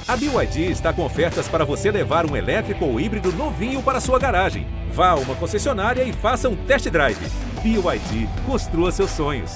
A BYD está com ofertas para você levar um elétrico ou híbrido novinho para sua garagem. Vá a uma concessionária e faça um test drive. BYD, construa seus sonhos.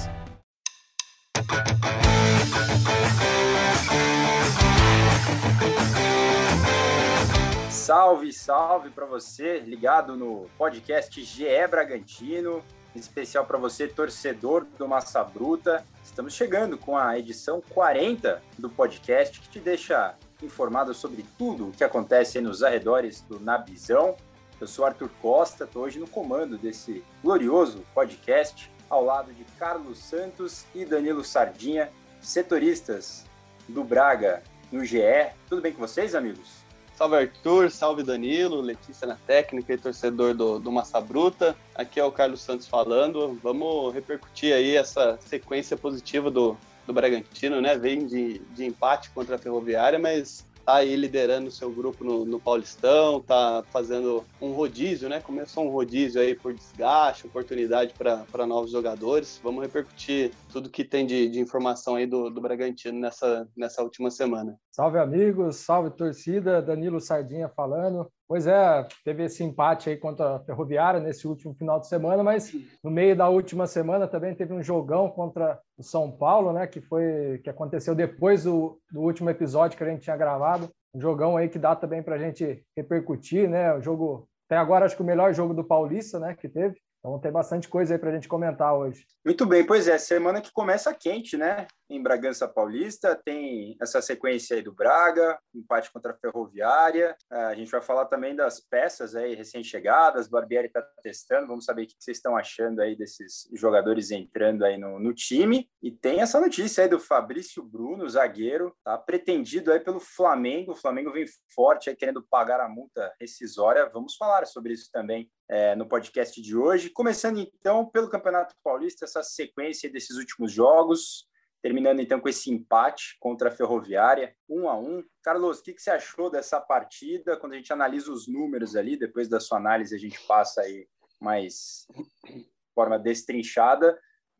Salve, salve para você, ligado no podcast GE Bragantino, em especial para você, torcedor do Massa Bruta. Estamos chegando com a edição 40 do podcast, que te deixa informado sobre tudo o que acontece aí nos arredores do Nabizão. Eu sou Arthur Costa, estou hoje no comando desse glorioso podcast, ao lado de Carlos Santos e Danilo Sardinha, setoristas do Braga no GE. Tudo bem com vocês, amigos? Salve Arthur, salve Danilo, Letícia na técnica e torcedor do Massa Bruta. Aqui é o Carlos Santos falando. Vamos repercutir aí essa sequência positiva do Bragantino, né? Vem de empate contra a Ferroviária, mas tá aí liderando o seu grupo no Paulistão, tá fazendo um rodízio, né? Começou um rodízio aí por desgaste, oportunidade para novos jogadores. Vamos repercutir tudo que tem de informação aí do Bragantino nessa última semana. Salve amigos, salve torcida, Danilo Sardinha falando. Pois é, teve esse empate aí contra a Ferroviária nesse último final de semana, mas no meio da última semana também teve um jogão contra o São Paulo, né, que aconteceu depois do último episódio que a gente tinha gravado. Um jogão aí que dá também para a gente repercutir, né, o jogo, até agora acho que o melhor jogo do Paulista, né, que teve. Então tem bastante coisa aí para a gente comentar hoje. Muito bem, pois é, semana que começa quente, né? Em Bragança Paulista, tem essa sequência aí do Braga, empate contra a Ferroviária. A gente vai falar também das peças aí recém-chegadas, o Barbieri está testando, vamos saber o que vocês estão achando aí desses jogadores entrando aí no time. E tem essa notícia aí do Fabrício Bruno, zagueiro, tá pretendido aí pelo Flamengo. O Flamengo vem forte aí querendo pagar a multa rescisória. Vamos falar sobre isso também no podcast de hoje. Começando então pelo Campeonato Paulista, essa sequência desses últimos jogos, terminando então com esse empate contra a Ferroviária, 1-1. Carlos, o que você achou dessa partida? Quando a gente analisa os números ali, depois da sua análise a gente passa aí mais de forma destrinchada,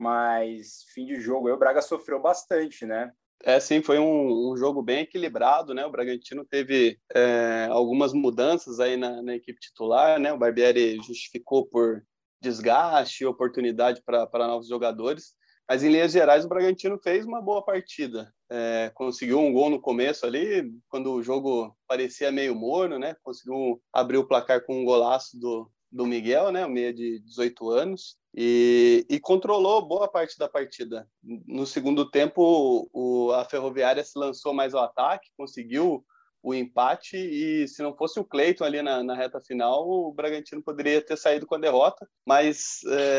mas fim de jogo aí o Braga sofreu bastante, né? Sim, foi um jogo bem equilibrado, né? O Bragantino teve algumas mudanças aí na equipe titular, né? O Barbieri justificou por desgaste e oportunidade para novos jogadores, mas em linhas gerais o Bragantino fez uma boa partida. Conseguiu um gol no começo ali, quando o jogo parecia meio morno, né? Conseguiu abrir o placar com um golaço do Miguel, né? O meia de 18 anos, e controlou boa parte da partida. No segundo tempo, a Ferroviária se lançou mais ao ataque, conseguiu o empate, e se não fosse o Cleiton ali na reta final, o Bragantino poderia ter saído com a derrota, mas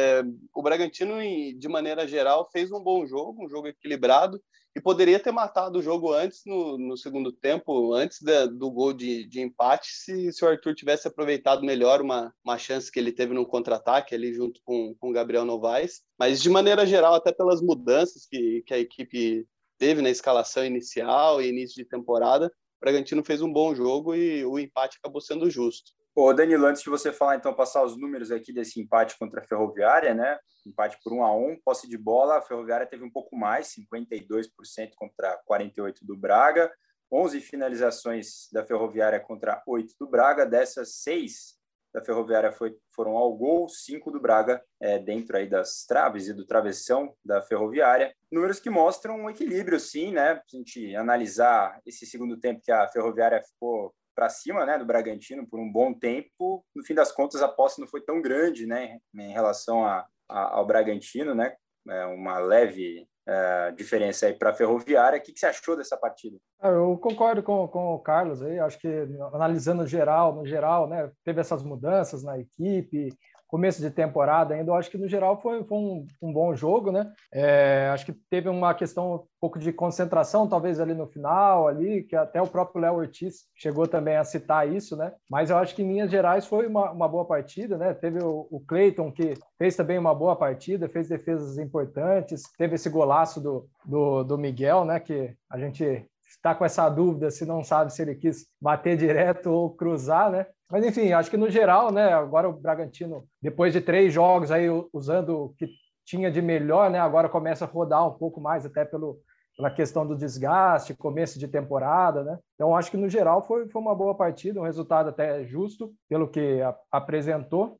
o Bragantino, de maneira geral, fez um bom jogo, um jogo equilibrado, e poderia ter matado o jogo antes, no segundo tempo, antes do gol de empate, se o Arthur tivesse aproveitado melhor uma chance que ele teve no contra-ataque ali junto com o Gabriel Novaes. Mas de maneira geral, até pelas mudanças que a equipe teve na escalação inicial e início de temporada, o Bragantino fez um bom jogo e o empate acabou sendo justo. Ô, Danilo, antes de você falar, então, passar os números aqui desse empate contra a Ferroviária, né? Empate por 1-1, posse de bola, a Ferroviária teve um pouco mais, 52% contra 48% do Braga, 11 finalizações da Ferroviária contra 8 do Braga, dessas 6 da Ferroviária foram ao gol, 5 do Braga dentro aí das traves e do travessão da Ferroviária. Números que mostram um equilíbrio, sim, né? Se a gente analisar esse segundo tempo que a Ferroviária ficou para cima, né, do Bragantino por um bom tempo, no fim das contas a posse não foi tão grande, né, em relação ao Bragantino, né, uma leve diferença aí para a Ferroviária. O que você achou dessa partida? Eu concordo com o Carlos aí, acho que analisando no geral, né, teve essas mudanças na equipe, começo de temporada ainda, eu acho que no geral foi um bom jogo, né? Acho que teve uma questão um pouco de concentração, talvez ali no final, ali, que até o próprio Léo Ortiz chegou também a citar isso, né? Mas eu acho que em linhas gerais foi uma boa partida, né? Teve o Cleiton, que fez também uma boa partida, fez defesas importantes, teve esse golaço do Miguel, né? Que a gente está com essa dúvida se não sabe se ele quis bater direto ou cruzar, né? Mas, enfim, acho que no geral, né, agora o Bragantino, depois de 3 jogos aí usando o que tinha de melhor, né, agora começa a rodar um pouco mais até pelo pela questão do desgaste, começo de temporada, né? Então, acho que no geral foi uma boa partida, um resultado até justo pelo que apresentou,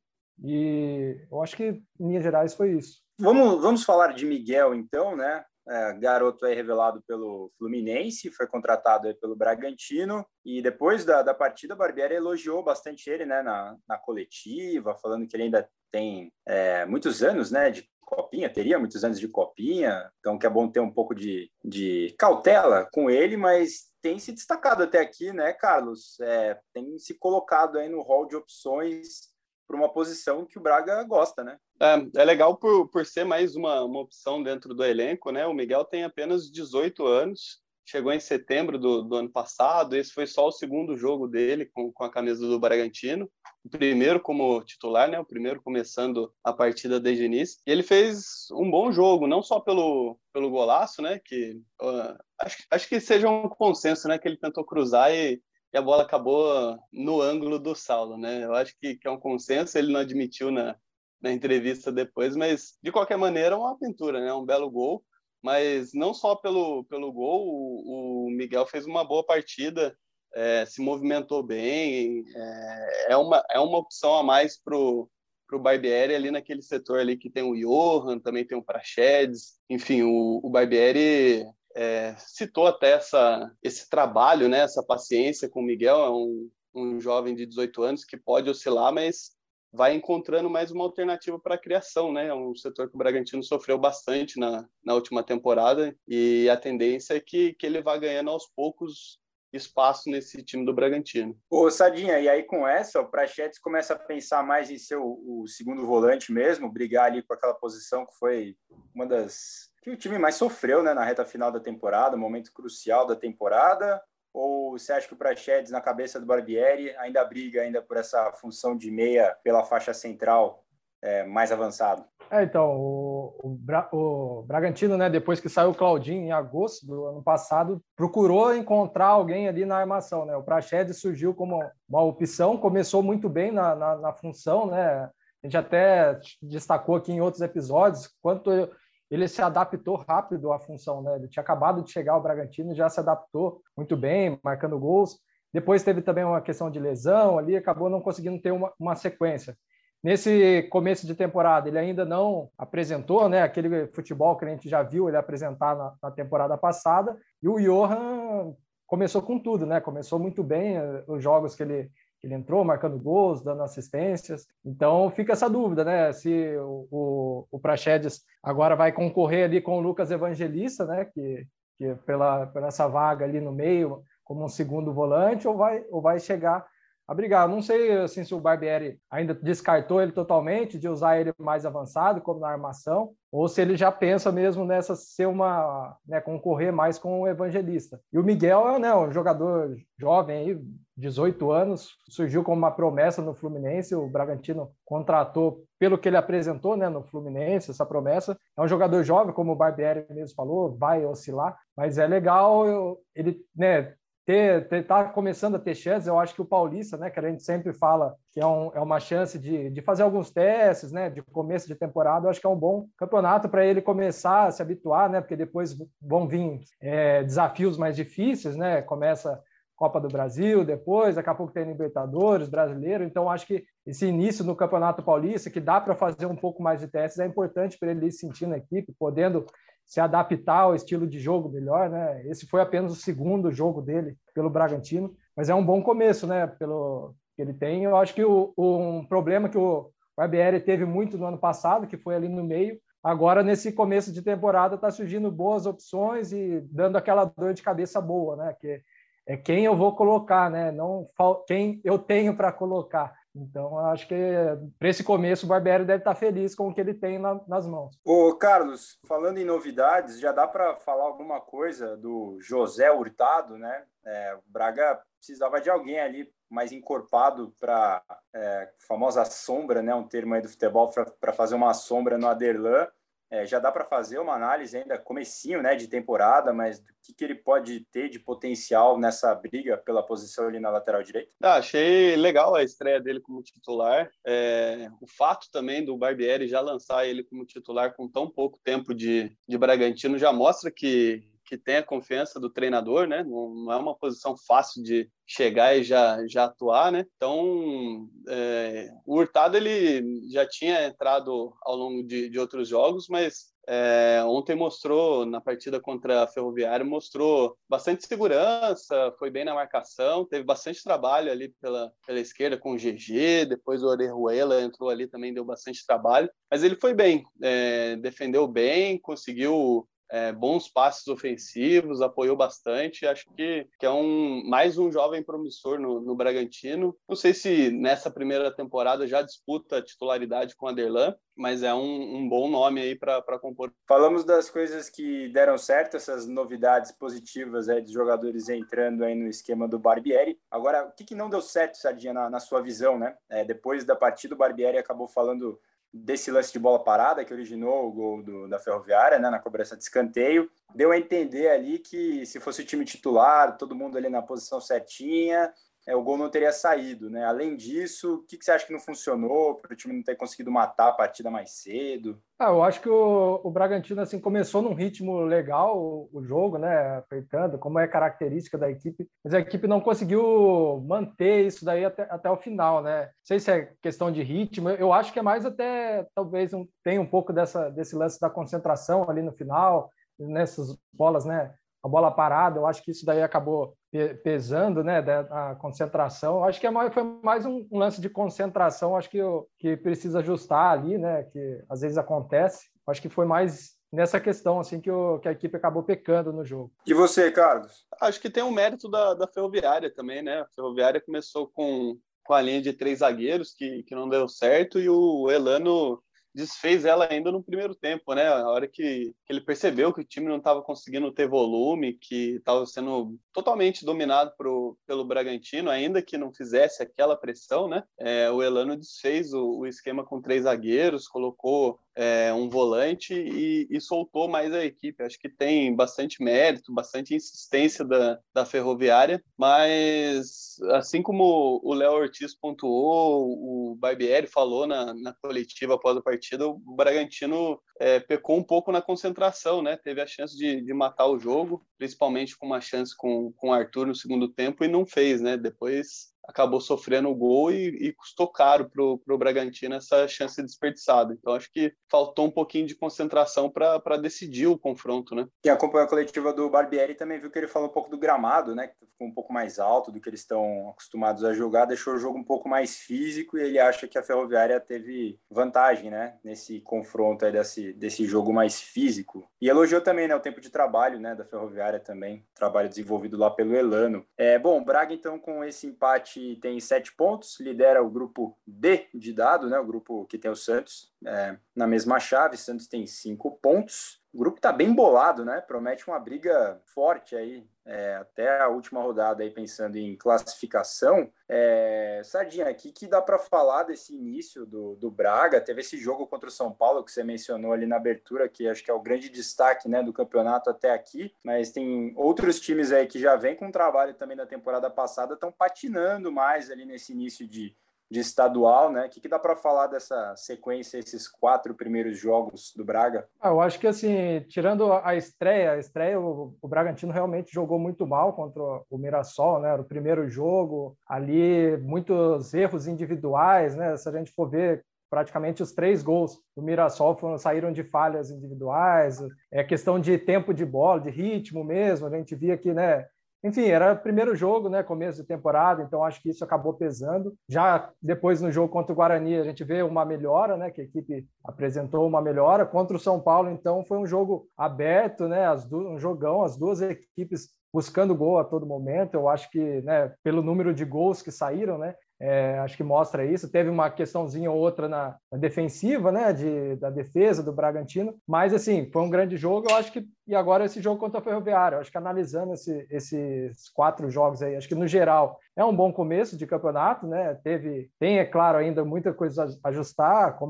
e eu acho que, em linhas gerais, foi isso. Vamos falar de Miguel, então, né? Garoto aí revelado pelo Fluminense, foi contratado aí pelo Bragantino, e depois da partida, Barbieri elogiou bastante ele, né, na coletiva, falando que ele ainda tem muitos anos, né, de Copinha, teria muitos anos de Copinha, então que é bom ter um pouco de cautela com ele, mas tem se destacado até aqui, né, Carlos? Tem se colocado aí no hall de opções para uma posição que o Braga gosta, né? É legal por ser mais uma opção dentro do elenco, né? O Miguel tem apenas 18 anos, chegou em setembro do ano passado, esse foi só o segundo jogo dele com a camisa do Bragantino, o primeiro como titular, né? O primeiro começando a partida desde o início, e ele fez um bom jogo, não só pelo golaço, né? Que acho que seja um consenso, né? Que ele tentou cruzar e a bola acabou no ângulo do Saulo, né? Eu acho que é um consenso, ele não admitiu na entrevista depois, mas de qualquer maneira é uma pintura, né? Um belo gol, mas não só pelo gol, o Miguel fez uma boa partida, se movimentou bem, é uma opção a mais pro Barbieri ali naquele setor ali que tem o Johan, também tem o Praxedes, enfim, o Barbieri citou até esse trabalho, né? Essa paciência com o Miguel, é um jovem de 18 anos que pode oscilar, mas vai encontrando mais uma alternativa para a criação, né? É um setor que o Bragantino sofreu bastante na última temporada, e a tendência é que ele vá ganhando aos poucos espaço nesse time do Bragantino. Ô, Sadinha, e aí com essa, o Praxedes começa a pensar mais em ser o segundo volante mesmo, brigar ali com aquela posição que foi uma das que o time mais sofreu, né, na reta final da temporada, momento crucial da temporada. Ou você acha que o Praxedes, na cabeça do Barbieri, ainda briga ainda por essa função de meia pela faixa central mais avançado? Então, o Bragantino, né, depois que saiu o Claudinho em agosto do ano passado, procurou encontrar alguém ali na armação, né? O Praxedes surgiu como uma opção, começou muito bem na função, né? A gente até destacou aqui em outros episódios quanto ele se adaptou rápido à função, né? Ele tinha acabado de chegar ao Bragantino e já se adaptou muito bem, marcando gols. Depois teve também uma questão de lesão ali, acabou não conseguindo ter uma sequência. Nesse começo de temporada, ele ainda não apresentou, né, aquele futebol que a gente já viu ele apresentar na temporada passada, e o Johan começou com tudo, né? Começou muito bem os jogos que ele entrou, marcando gols, dando assistências. Então fica essa dúvida, né? Se o Praxedes agora vai concorrer ali com o Lucas Evangelista, né? Que pela essa vaga ali no meio, como um segundo volante, ou vai chegar a brigar. Não sei assim, se o Barbieri ainda descartou ele totalmente, de usar ele mais avançado, como na armação, ou se ele já pensa mesmo nessa ser concorrer mais com o Evangelista. E o Miguel é um jogador jovem, aí, 18 anos, surgiu como uma promessa no Fluminense, o Bragantino contratou pelo que ele apresentou, né, no Fluminense, essa promessa. É um jogador jovem, como o Barbieri mesmo falou, vai oscilar, mas é legal ele, né, tá começando a ter chances. Eu acho que o Paulista, né, que a gente sempre fala que é uma chance de fazer alguns testes, né, de começo de temporada, eu acho que é um bom campeonato para ele começar a se habituar, né, porque depois vão vir desafios mais difíceis, né, começa Copa do Brasil, depois, daqui a pouco tem Libertadores, Brasileiro, então acho que esse início no Campeonato Paulista, que dá para fazer um pouco mais de testes, é importante para ele ir sentindo a equipe, podendo se adaptar ao estilo de jogo melhor, né? Esse foi apenas o segundo jogo dele pelo Bragantino, mas é um bom começo, né? Pelo que ele tem. Eu acho que um problema que o Barbieri teve muito no ano passado, que foi ali no meio, agora nesse começo de temporada está surgindo boas opções e dando aquela dor de cabeça boa, né? Que é quem eu vou colocar, né? Não quem eu tenho para colocar. Então, acho que para esse começo o Barbieri deve estar feliz com o que ele tem nas mãos. Ô, Carlos, falando em novidades, já dá para falar alguma coisa do José Hurtado, né? O Braga precisava de alguém ali mais encorpado para a famosa sombra, né? Um termo aí do futebol para fazer uma sombra no Aderlan. Já dá para fazer uma análise ainda comecinho, né, de temporada, mas do que ele pode ter de potencial nessa briga pela posição ali na lateral direita? Achei legal a estreia dele como titular. O fato também do Barbieri já lançar ele como titular com tão pouco tempo de Bragantino já mostra que que tem a confiança do treinador, né? Não é uma posição fácil de chegar e já atuar, né? Então, o Hurtado ele já tinha entrado ao longo de outros jogos, mas ontem mostrou, na partida contra a Ferroviária, mostrou bastante segurança, foi bem na marcação, teve bastante trabalho ali pela esquerda com o GG, depois o Orejuela entrou ali também, deu bastante trabalho, mas ele foi bem, defendeu bem, conseguiu bons passes ofensivos, apoiou bastante. Acho que é mais um jovem promissor no Bragantino. Não sei se nessa primeira temporada já disputa a titularidade com o Aderlan, mas é um bom nome aí para compor. Falamos das coisas que deram certo, essas novidades positivas aí dos jogadores entrando aí no esquema do Barbieri. Agora, o que não deu certo, Sardinha, na sua visão, né? Depois da partida, o Barbieri acabou falando desse lance de bola parada que originou o gol da Ferroviária, né, na cobrança de escanteio. Deu a entender ali que se fosse o time titular, todo mundo ali na posição certinha, o gol não teria saído, né? Além disso, o que você acha que não funcionou para o time não ter conseguido matar a partida mais cedo? Eu acho que o Bragantino assim, começou num ritmo legal o jogo, né? Apertando, como é característica da equipe, mas a equipe não conseguiu manter isso daí até o final, né? Não sei se é questão de ritmo, eu acho que é mais até, talvez, tem um pouco desse lance da concentração ali no final, nessas bolas, né? A bola parada, eu acho que isso daí acabou pesando, né, a concentração. Eu acho que foi mais um lance de concentração, acho que precisa ajustar ali, né, que às vezes acontece. Eu acho que foi mais nessa questão assim que a equipe acabou pecando no jogo. E você, Carlos? Acho que tem um mérito da Ferroviária também, né? A Ferroviária começou com a linha de 3 zagueiros que não deu certo e o Elano desfez ela ainda no primeiro tempo, né? A hora que ele percebeu que o time não estava conseguindo ter volume, que estava sendo totalmente dominado pelo Bragantino, ainda que não fizesse aquela pressão, né? O Elano desfez o esquema com 3 zagueiros, colocou um volante e soltou mais a equipe. Acho que tem bastante mérito, bastante insistência da Ferroviária, mas assim como o Léo Ortiz pontuou, o Barbieri falou na coletiva após a partida, o Bragantino pecou um pouco na concentração, né? Teve a chance de matar o jogo, principalmente com uma chance com o Arthur no segundo tempo e não fez, né? Depois acabou sofrendo o gol e custou caro pro Bragantino essa chance desperdiçada. Então acho que faltou um pouquinho de concentração para decidir o confronto, né? Quem acompanhou a coletiva do Barbieri também viu que ele falou um pouco do gramado, né? Que ficou um pouco mais alto do que eles estão acostumados a jogar, deixou o jogo um pouco mais físico e ele acha que a Ferroviária teve vantagem, né? Nesse confronto aí desse jogo mais físico. E elogiou também, né, o tempo de trabalho, né, da Ferroviária também, trabalho desenvolvido lá pelo Elano. Bom, o Braga então com esse empate tem 7 pontos, lidera o grupo D de dado, né, o grupo que tem o Santos na mesma chave. Santos tem 5 pontos. O grupo está bem bolado, né? Promete uma briga forte aí até a última rodada aí, pensando em classificação. Sardinha, aqui que dá para falar desse início do Braga. Teve esse jogo contra o São Paulo que você mencionou ali na abertura, que acho que é o grande destaque, né, do campeonato até aqui, mas tem outros times aí que já vêm com trabalho também da temporada passada, estão patinando mais ali nesse início de estadual, né? O que dá para falar dessa sequência, esses 4 primeiros jogos do Braga? Eu acho que, assim, tirando a estreia, o Bragantino realmente jogou muito mal contra o Mirassol, né? Era o primeiro jogo, ali muitos erros individuais, né? Se a gente for ver, praticamente os 3 gols do Mirassol saíram de falhas individuais, questão de tempo de bola, de ritmo mesmo, a gente via que, né? Enfim, era o primeiro jogo, né, começo de temporada, então acho que isso acabou pesando. Já depois no jogo contra o Guarani, a gente vê uma melhora, né, que a equipe apresentou uma melhora. Contra o São Paulo, então, foi um jogo aberto, né, um jogão, as duas equipes buscando gol a todo momento. Eu acho que, né, pelo número de gols que saíram, né, acho que mostra isso. Teve uma questãozinha ou outra na defensiva, né, da defesa do Bragantino, mas assim, foi um grande jogo. Eu acho que, e agora esse jogo contra a Ferroviária, eu acho que analisando esses 4 jogos aí, acho que no geral é um bom começo de campeonato, né? Tem, é claro, ainda muita coisa a ajustar, como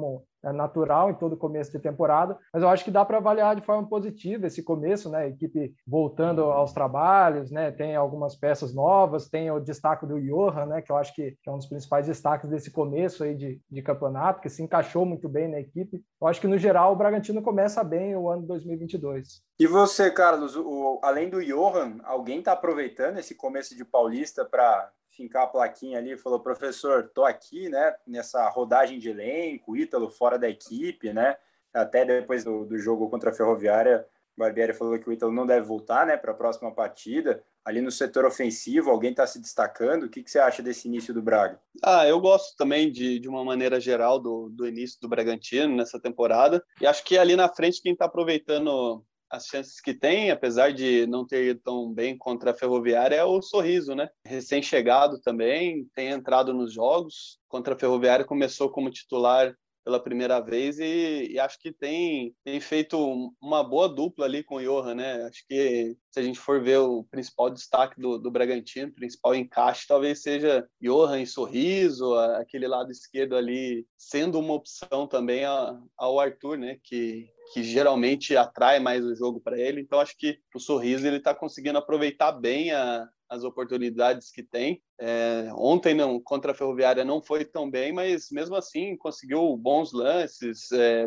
é natural em todo começo de temporada, mas eu acho que dá para avaliar de forma positiva esse começo, né? A equipe voltando aos trabalhos, né? Tem algumas peças novas, tem o destaque do Johan, né? Que eu acho que é um dos principais destaques desse começo aí de campeonato, que se encaixou muito bem na equipe. Eu acho que, no geral, o Bragantino começa bem o ano 2022. E você, Carlos, além do Johan, alguém está aproveitando esse começo de Paulista para fincar a plaquinha ali? Falou, professor, tô aqui, né, nessa rodagem de elenco, Ítalo fora da equipe, né? Até depois do jogo contra a Ferroviária, o Barbieri falou que o Ítalo não deve voltar, né, para a próxima partida. Ali no setor ofensivo, alguém está se destacando? O que você acha desse início do Braga? Eu gosto também de uma maneira geral do início do Bragantino nessa temporada. E acho que ali na frente quem está aproveitando as chances que tem, apesar de não ter ido tão bem contra a Ferroviária, é o Sorriso, né? Recém-chegado também, tem entrado nos jogos. Contra a Ferroviária começou como titular pela primeira vez e acho que tem feito uma boa dupla ali com o Johan, né? Acho que se a gente for ver o principal destaque do Bragantino, o principal encaixe, talvez seja Johan e Sorriso, aquele lado esquerdo ali, sendo uma opção também ao Arthur, né? Que geralmente atrai mais o jogo para ele. Então, acho que o Sorriso ele está conseguindo aproveitar bem as oportunidades que tem. Ontem, contra a Ferroviária, não foi tão bem, mas mesmo assim conseguiu bons lances,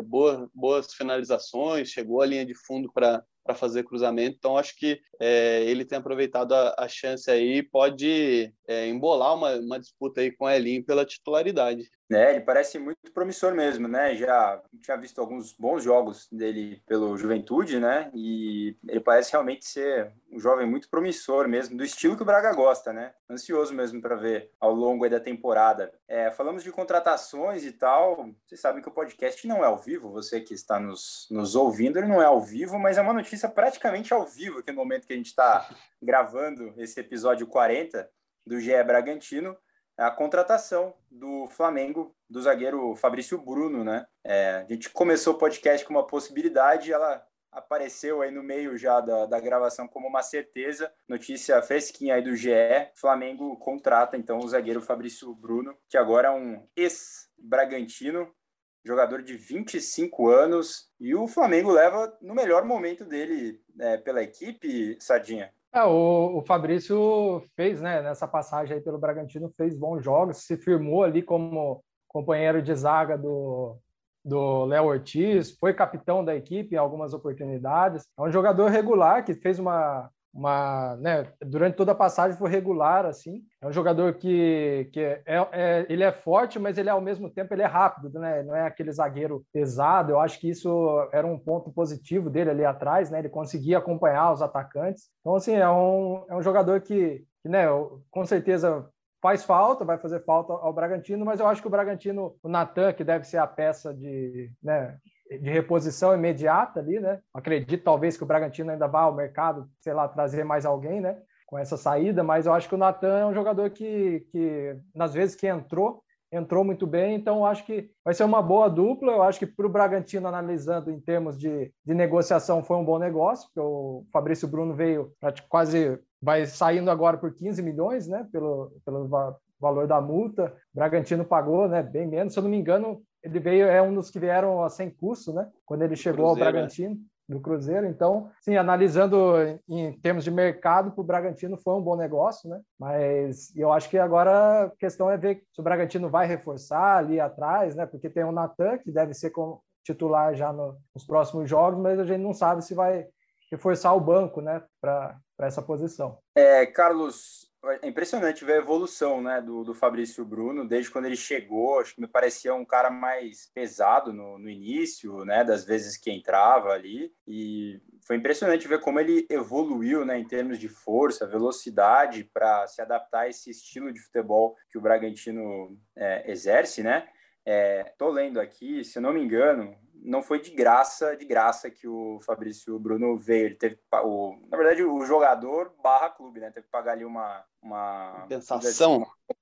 boas finalizações, chegou à linha de fundo para fazer cruzamento. Então, acho que ele tem aproveitado a chance aí e pode embolar uma disputa aí com o Elinho pela titularidade. Ele parece muito promissor mesmo, né? Já tinha visto alguns bons jogos dele pelo Juventude, né? E ele parece realmente ser um jovem muito promissor mesmo, do estilo que o Braga gosta, né? Ansioso mesmo para ver ao longo aí da temporada. Falamos de contratações e tal. Vocês sabem que o podcast não é ao vivo, você que está nos ouvindo, ele não é ao vivo, mas é uma notícia praticamente ao vivo aqui no momento que a gente está gravando esse episódio 40 do GE Bragantino. A contratação do Flamengo, do zagueiro Fabrício Bruno, né? A gente começou o podcast com uma possibilidade, ela apareceu aí no meio já da gravação como uma certeza. Notícia fresquinha aí do GE, Flamengo contrata então o zagueiro Fabrício Bruno, que agora é um ex-bragantino, jogador de 25 anos, e o Flamengo leva no melhor momento dele pela equipe, Sardinha. O Fabrício fez, né, nessa passagem aí pelo Bragantino, fez bons jogos, se firmou ali como companheiro de zaga do Léo Ortiz, foi capitão da equipe em algumas oportunidades. É um jogador regular que fez né, durante toda a passagem foi regular, assim. É um jogador que ele é forte, mas ele ao mesmo tempo ele é rápido, né? Não é aquele zagueiro pesado. Eu acho que isso era um ponto positivo dele ali atrás, né? Ele conseguia acompanhar os atacantes. Então, assim, é um jogador que né, com certeza faz falta, vai fazer falta ao Bragantino, mas eu acho que o Bragantino, o Natan, que deve ser a peça de reposição imediata ali, né? Acredito talvez que o Bragantino ainda vá ao mercado, sei lá, trazer mais alguém, né? Com essa saída, mas eu acho que o Natan é um jogador que nas vezes que entrou muito bem, então eu acho que vai ser uma boa dupla. Eu acho que para o Bragantino, analisando em termos de negociação, foi um bom negócio, porque o Fabrício Bruno veio quase, vai saindo agora por 15 milhões, né? Pelo valor da multa. O Bragantino pagou, né? Bem menos, se eu não me engano, ele veio, um dos que vieram sem custo, né? Quando ele chegou ao Bragantino, do Cruzeiro. Então, sim, analisando em termos de mercado, para o Bragantino foi um bom negócio, né? Mas eu acho que agora a questão é ver se o Bragantino vai reforçar ali atrás, né? Porque tem o Natan, que deve ser titular já nos próximos jogos, mas a gente não sabe se vai reforçar o banco, né? Para essa posição. Carlos, é impressionante ver a evolução, né, do Fabrício Bruno, desde quando ele chegou. Acho que me parecia um cara mais pesado no início, né, das vezes que entrava ali, e foi impressionante ver como ele evoluiu, né, em termos de força, velocidade, para se adaptar a esse estilo de futebol que o Bragantino exerce, né. Tô lendo aqui, se eu não me engano, não foi de graça que o Fabrício Bruno veio. Ele teve, na verdade, o jogador / clube, né? Teve que pagar ali uma compensação.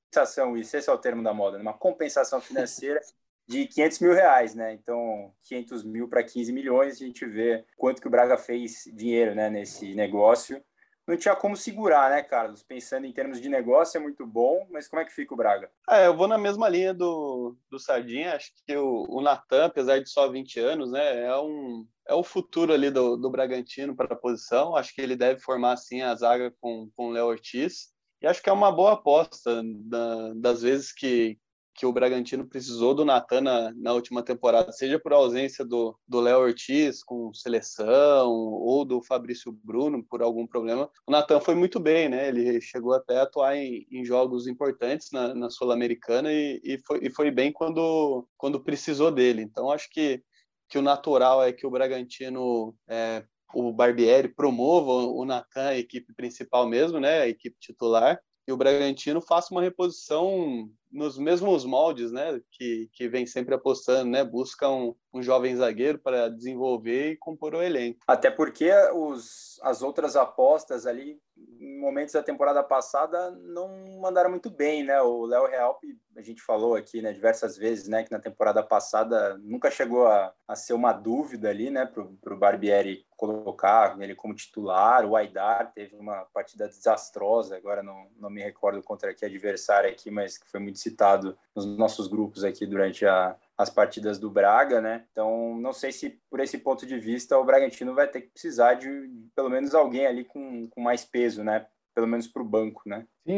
Esse é o termo da moda, uma compensação financeira de 500 mil reais, né? Então, 500 mil para 15 milhões, a gente vê quanto que o Braga fez dinheiro, né, nesse negócio. não tinha como segurar, né, Carlos? Pensando em termos de negócio, é muito bom, mas como é que fica o Braga? Eu vou na mesma linha do Sardinha. Acho que o Natan, apesar de só 20 anos, né, é o futuro ali do Bragantino para a posição. Acho que ele deve formar, assim, a zaga com o Léo Ortiz. E acho que é uma boa aposta das vezes que o Bragantino precisou do Natan na última temporada, seja por ausência do Léo Ortiz com seleção ou do Fabrício Bruno por algum problema. O Natan foi muito bem, né? Ele chegou até a atuar em jogos importantes na Sul-Americana e foi bem quando precisou dele. Então, acho que o natural é que o Bragantino... o Barbieri promova o Natan, a equipe principal mesmo, né? A equipe titular, e o Bragantino faça uma reposição nos mesmos moldes, né, que vem sempre apostando, né, busca um jovem zagueiro para desenvolver e compor o elenco. Até porque as outras apostas ali, em momentos da temporada passada, não mandaram muito bem, né, o Léo Realp, a gente falou aqui, né, diversas vezes, né, que na temporada passada nunca chegou a ser uma dúvida ali, né, pro Barbieri colocar ele como titular. O Aidar teve uma partida desastrosa, agora não me recordo contra que adversário aqui, mas que foi muito citado nos nossos grupos aqui durante as partidas do Braga, né? Então, não sei se por esse ponto de vista o Bragantino vai ter que precisar de pelo menos alguém ali com mais peso, né? Pelo menos para o banco, né? Sim,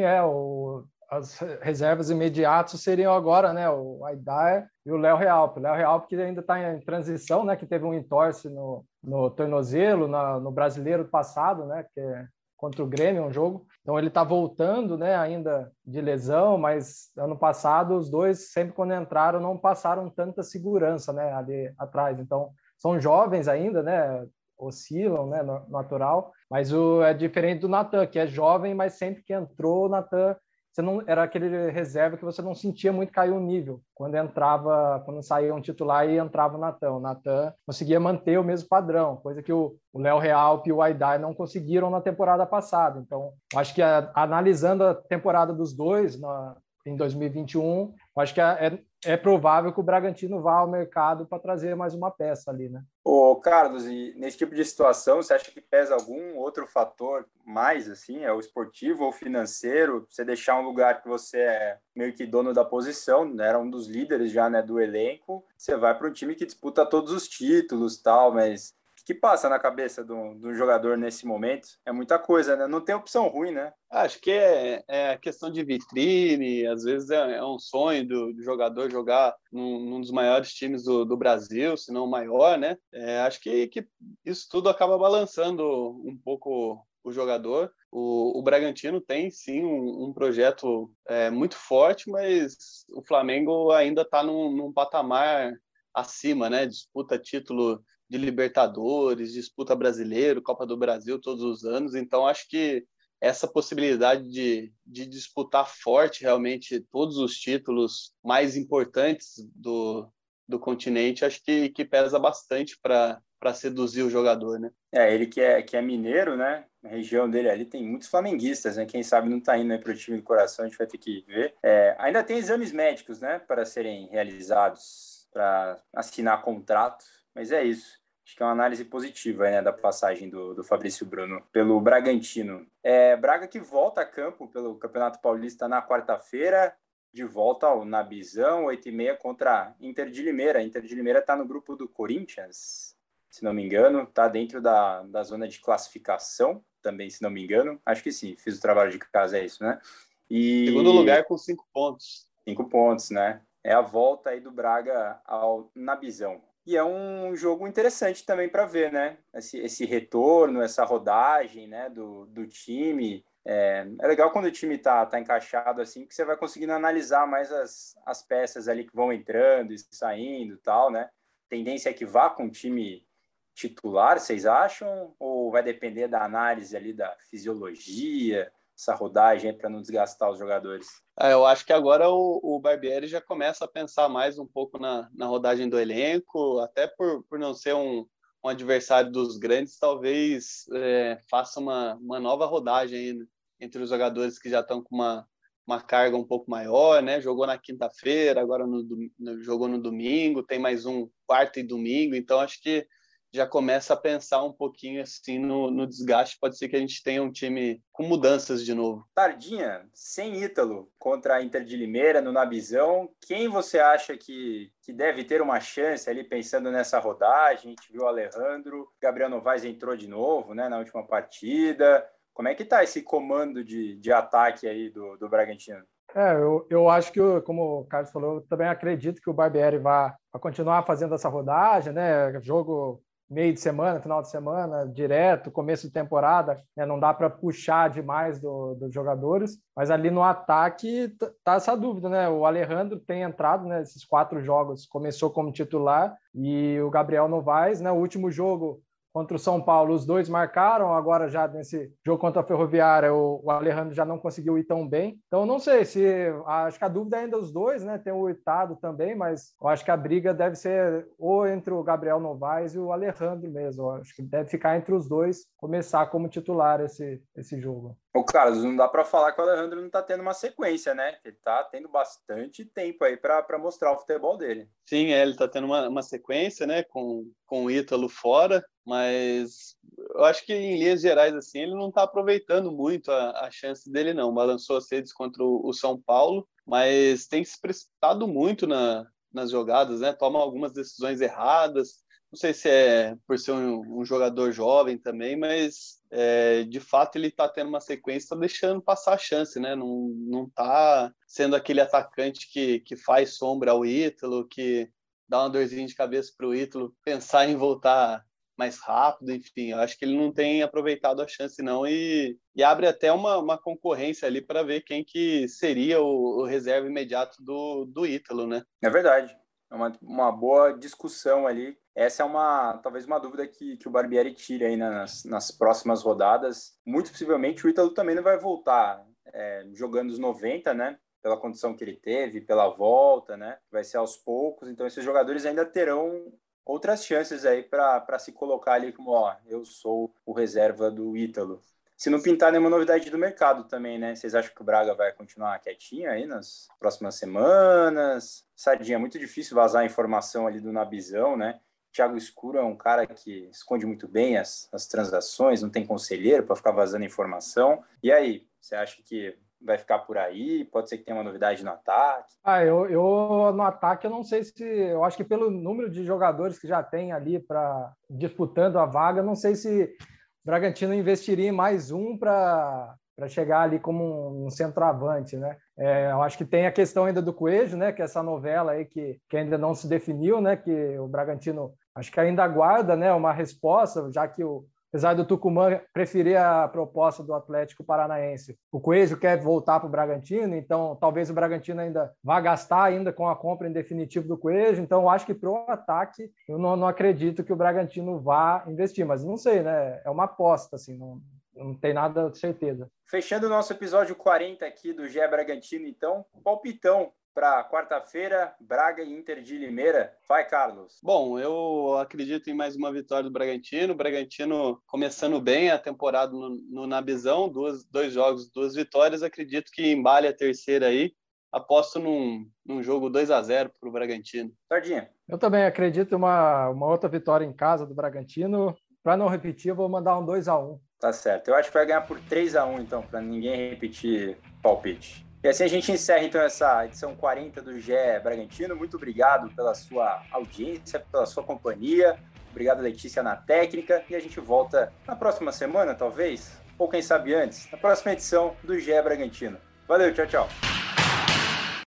as reservas imediatas seriam agora, né? O Aidar e o Léo Realp. O Léo Realp que ainda está em transição, né? Que teve um entorse no tornozelo, no brasileiro passado, né? Que é contra o Grêmio, um jogo. Então ele está voltando, né? Ainda de lesão, mas ano passado os dois sempre quando entraram não passaram tanta segurança, né? Ali atrás. Então são jovens ainda, né? Oscilam, né? Natural. Mas é diferente do Natan, que é jovem, mas sempre que entrou o Natan você não era aquele reserva que você não sentia muito cair o nível quando saía um titular e entrava o Natan. O Natan conseguia manter o mesmo padrão, coisa que o Léo Realp e o Aidar não conseguiram na temporada passada. Então, acho que analisando a temporada dos dois em 2021, acho que é provável que o Bragantino vá ao mercado para trazer mais uma peça ali, né? Ô, Carlos, e nesse tipo de situação, você acha que pesa algum outro fator mais, assim, é o esportivo ou financeiro? Você deixar um lugar que você é meio que dono da posição, né? Era um dos líderes já, né, do elenco, você vai para um time que disputa todos os títulos, tal, mas o que passa na cabeça do jogador nesse momento? É muita coisa, né? Não tem opção ruim, né? Acho que é a questão de vitrine, às vezes é um sonho do jogador jogar num dos maiores times do Brasil, se não o maior, né? Acho que isso tudo acaba balançando um pouco o jogador. O Bragantino tem, sim, um projeto muito forte, mas o Flamengo ainda está num patamar acima, né? Disputa título de Libertadores, disputa brasileiro, Copa do Brasil todos os anos. Então, acho que essa possibilidade de disputar forte realmente todos os títulos mais importantes do continente, acho que pesa bastante para seduzir o jogador, né? Ele que é mineiro, né? Na região dele ali tem muitos flamenguistas, né? Quem sabe não tá indo para o time do coração, a gente vai ter que ver. Ainda tem exames médicos, né? Para serem realizados, para assinar contrato, mas é isso. Acho que é uma análise positiva, né, da passagem do Fabrício Bruno pelo Bragantino. Braga que volta a campo pelo Campeonato Paulista na quarta-feira, de volta ao Nabizão, 8h30 contra Inter de Limeira. Inter de Limeira está no grupo do Corinthians, se não me engano, está dentro da zona de classificação, também, se não me engano. Acho que sim, fiz o trabalho de casa, é isso, né? Segundo lugar com 5 pontos. 5 pontos, né? É a volta aí do Braga ao Nabizão. E é um jogo interessante também para ver, né? Esse retorno, essa rodagem, né, do time. É legal quando o time tá encaixado assim, que você vai conseguindo analisar mais as peças ali que vão entrando e saindo e tal, né? Tendência é que vá com o time titular, vocês acham? Ou vai depender da análise ali da fisiologia, essa rodagem para não desgastar os jogadores? Eu acho que agora o Barbieri já começa a pensar mais um pouco na rodagem do elenco, até por não ser um adversário dos grandes, talvez faça uma nova rodagem aí entre os jogadores que já estão com uma carga um pouco maior, né? Jogou na quinta-feira, agora jogou no domingo, tem mais um quarta e domingo, então acho que já começa a pensar um pouquinho assim no desgaste. Pode ser que a gente tenha um time com mudanças de novo. Tardinha, sem Ítalo, contra a Inter de Limeira no Nabizão, quem você acha que deve ter uma chance ali pensando nessa rodagem? A gente viu o Alejandro, Gabriel Novaes entrou de novo, né, na última partida. Como é que tá esse comando de ataque aí do Bragantino? Eu acho que, como o Carlos falou, eu também acredito que o Barbieri vai continuar fazendo essa rodagem, né? Jogo meio de semana, final de semana, direto, começo de temporada, né? Não dá para puxar demais dos jogadores, mas ali no ataque tá essa dúvida, né? O Alejandro tem entrado, né, nesses 4 jogos, começou como titular, e o Gabriel Novaes, né? O último jogo contra o São Paulo, os dois marcaram, agora já nesse jogo contra a Ferroviária, o Alejandro já não conseguiu ir tão bem. Então, não sei acho que a dúvida ainda é os dois, né? Tem o Itado também, mas eu acho que a briga deve ser ou entre o Gabriel Novaes e o Alejandro mesmo. Eu acho que deve ficar entre os dois, começar como titular esse jogo. Ô, Carlos, não dá para falar que o Alejandro não está tendo uma sequência, né? Ele está tendo bastante tempo aí para mostrar o futebol dele. Sim, ele está tendo uma sequência, né, com o Ítalo fora, mas eu acho que em linhas gerais assim ele não está aproveitando muito a chance dele não. Balançou as redes contra o São Paulo, mas tem se precipitado muito nas jogadas, né? Toma algumas decisões erradas. Não sei se é por ser um jogador jovem também, mas de fato ele está tendo uma sequência, está deixando passar a chance, né? Não está sendo aquele atacante que faz sombra ao Ítalo, que dá uma dorzinha de cabeça para o Ítalo pensar em voltar mais rápido, enfim. Eu acho que ele não tem aproveitado a chance não e abre até uma concorrência ali para ver quem que seria o reserva imediato do Ítalo, né? É verdade. É uma boa discussão ali. Essa é talvez uma dúvida que o Barbieri tire aí nas próximas rodadas. Muito possivelmente o Ítalo também não vai voltar jogando os 90, né? Pela condição que ele teve, pela volta, né? Vai ser aos poucos. Então esses jogadores ainda terão outras chances aí para se colocar ali como, eu sou o reserva do Ítalo. Se não pintar nenhuma novidade do mercado também, né? Vocês acham que o Braga vai continuar quietinho aí nas próximas semanas? Sadinha, é muito difícil vazar a informação ali do Nabizão, né? Thiago Escuro é um cara que esconde muito bem as transações, não tem conselheiro para ficar vazando informação. E aí, você acha que vai ficar por aí? Pode ser que tenha uma novidade no ataque? Eu no ataque eu não sei se... Eu acho que pelo número de jogadores que já tem ali disputando a vaga, não sei se o Bragantino investiria em mais um para chegar ali como um centroavante, né? Eu acho que tem a questão ainda do Coelho, né? Que é essa novela aí que ainda não se definiu, né? Que o Bragantino acho que ainda aguarda, né, uma resposta, já que apesar do Tucumã preferir a proposta do Atlético Paranaense, o Coelho quer voltar para o Bragantino, então talvez o Bragantino ainda vá gastar ainda com a compra em definitivo do Coelho, então eu acho que para o ataque eu não acredito que o Bragantino vá investir, mas não sei, né? É uma aposta, assim, não tem nada de certeza. Fechando o nosso episódio 40 aqui do GE Bragantino, então, palpitão para quarta-feira, Braga e Inter de Limeira. Vai, Carlos. Bom, eu acredito em mais uma vitória do Bragantino. O Bragantino começando bem a temporada no Nabizão, dois jogos, 2 vitórias. Acredito que embale a terceira aí. Aposto num jogo 2-0 para o Bragantino. Sardinha. Eu também acredito em uma outra vitória em casa do Bragantino. Para não repetir, eu vou mandar um 2-1. Tá certo. Eu acho que vai ganhar por 3-1, então, para ninguém repetir palpite. E assim a gente encerra, então, essa edição 40 do GE Bragantino. Muito obrigado pela sua audiência, pela sua companhia. Obrigado, Letícia, na técnica. E a gente volta na próxima semana, talvez, ou quem sabe antes, na próxima edição do GE Bragantino. Valeu, tchau, tchau.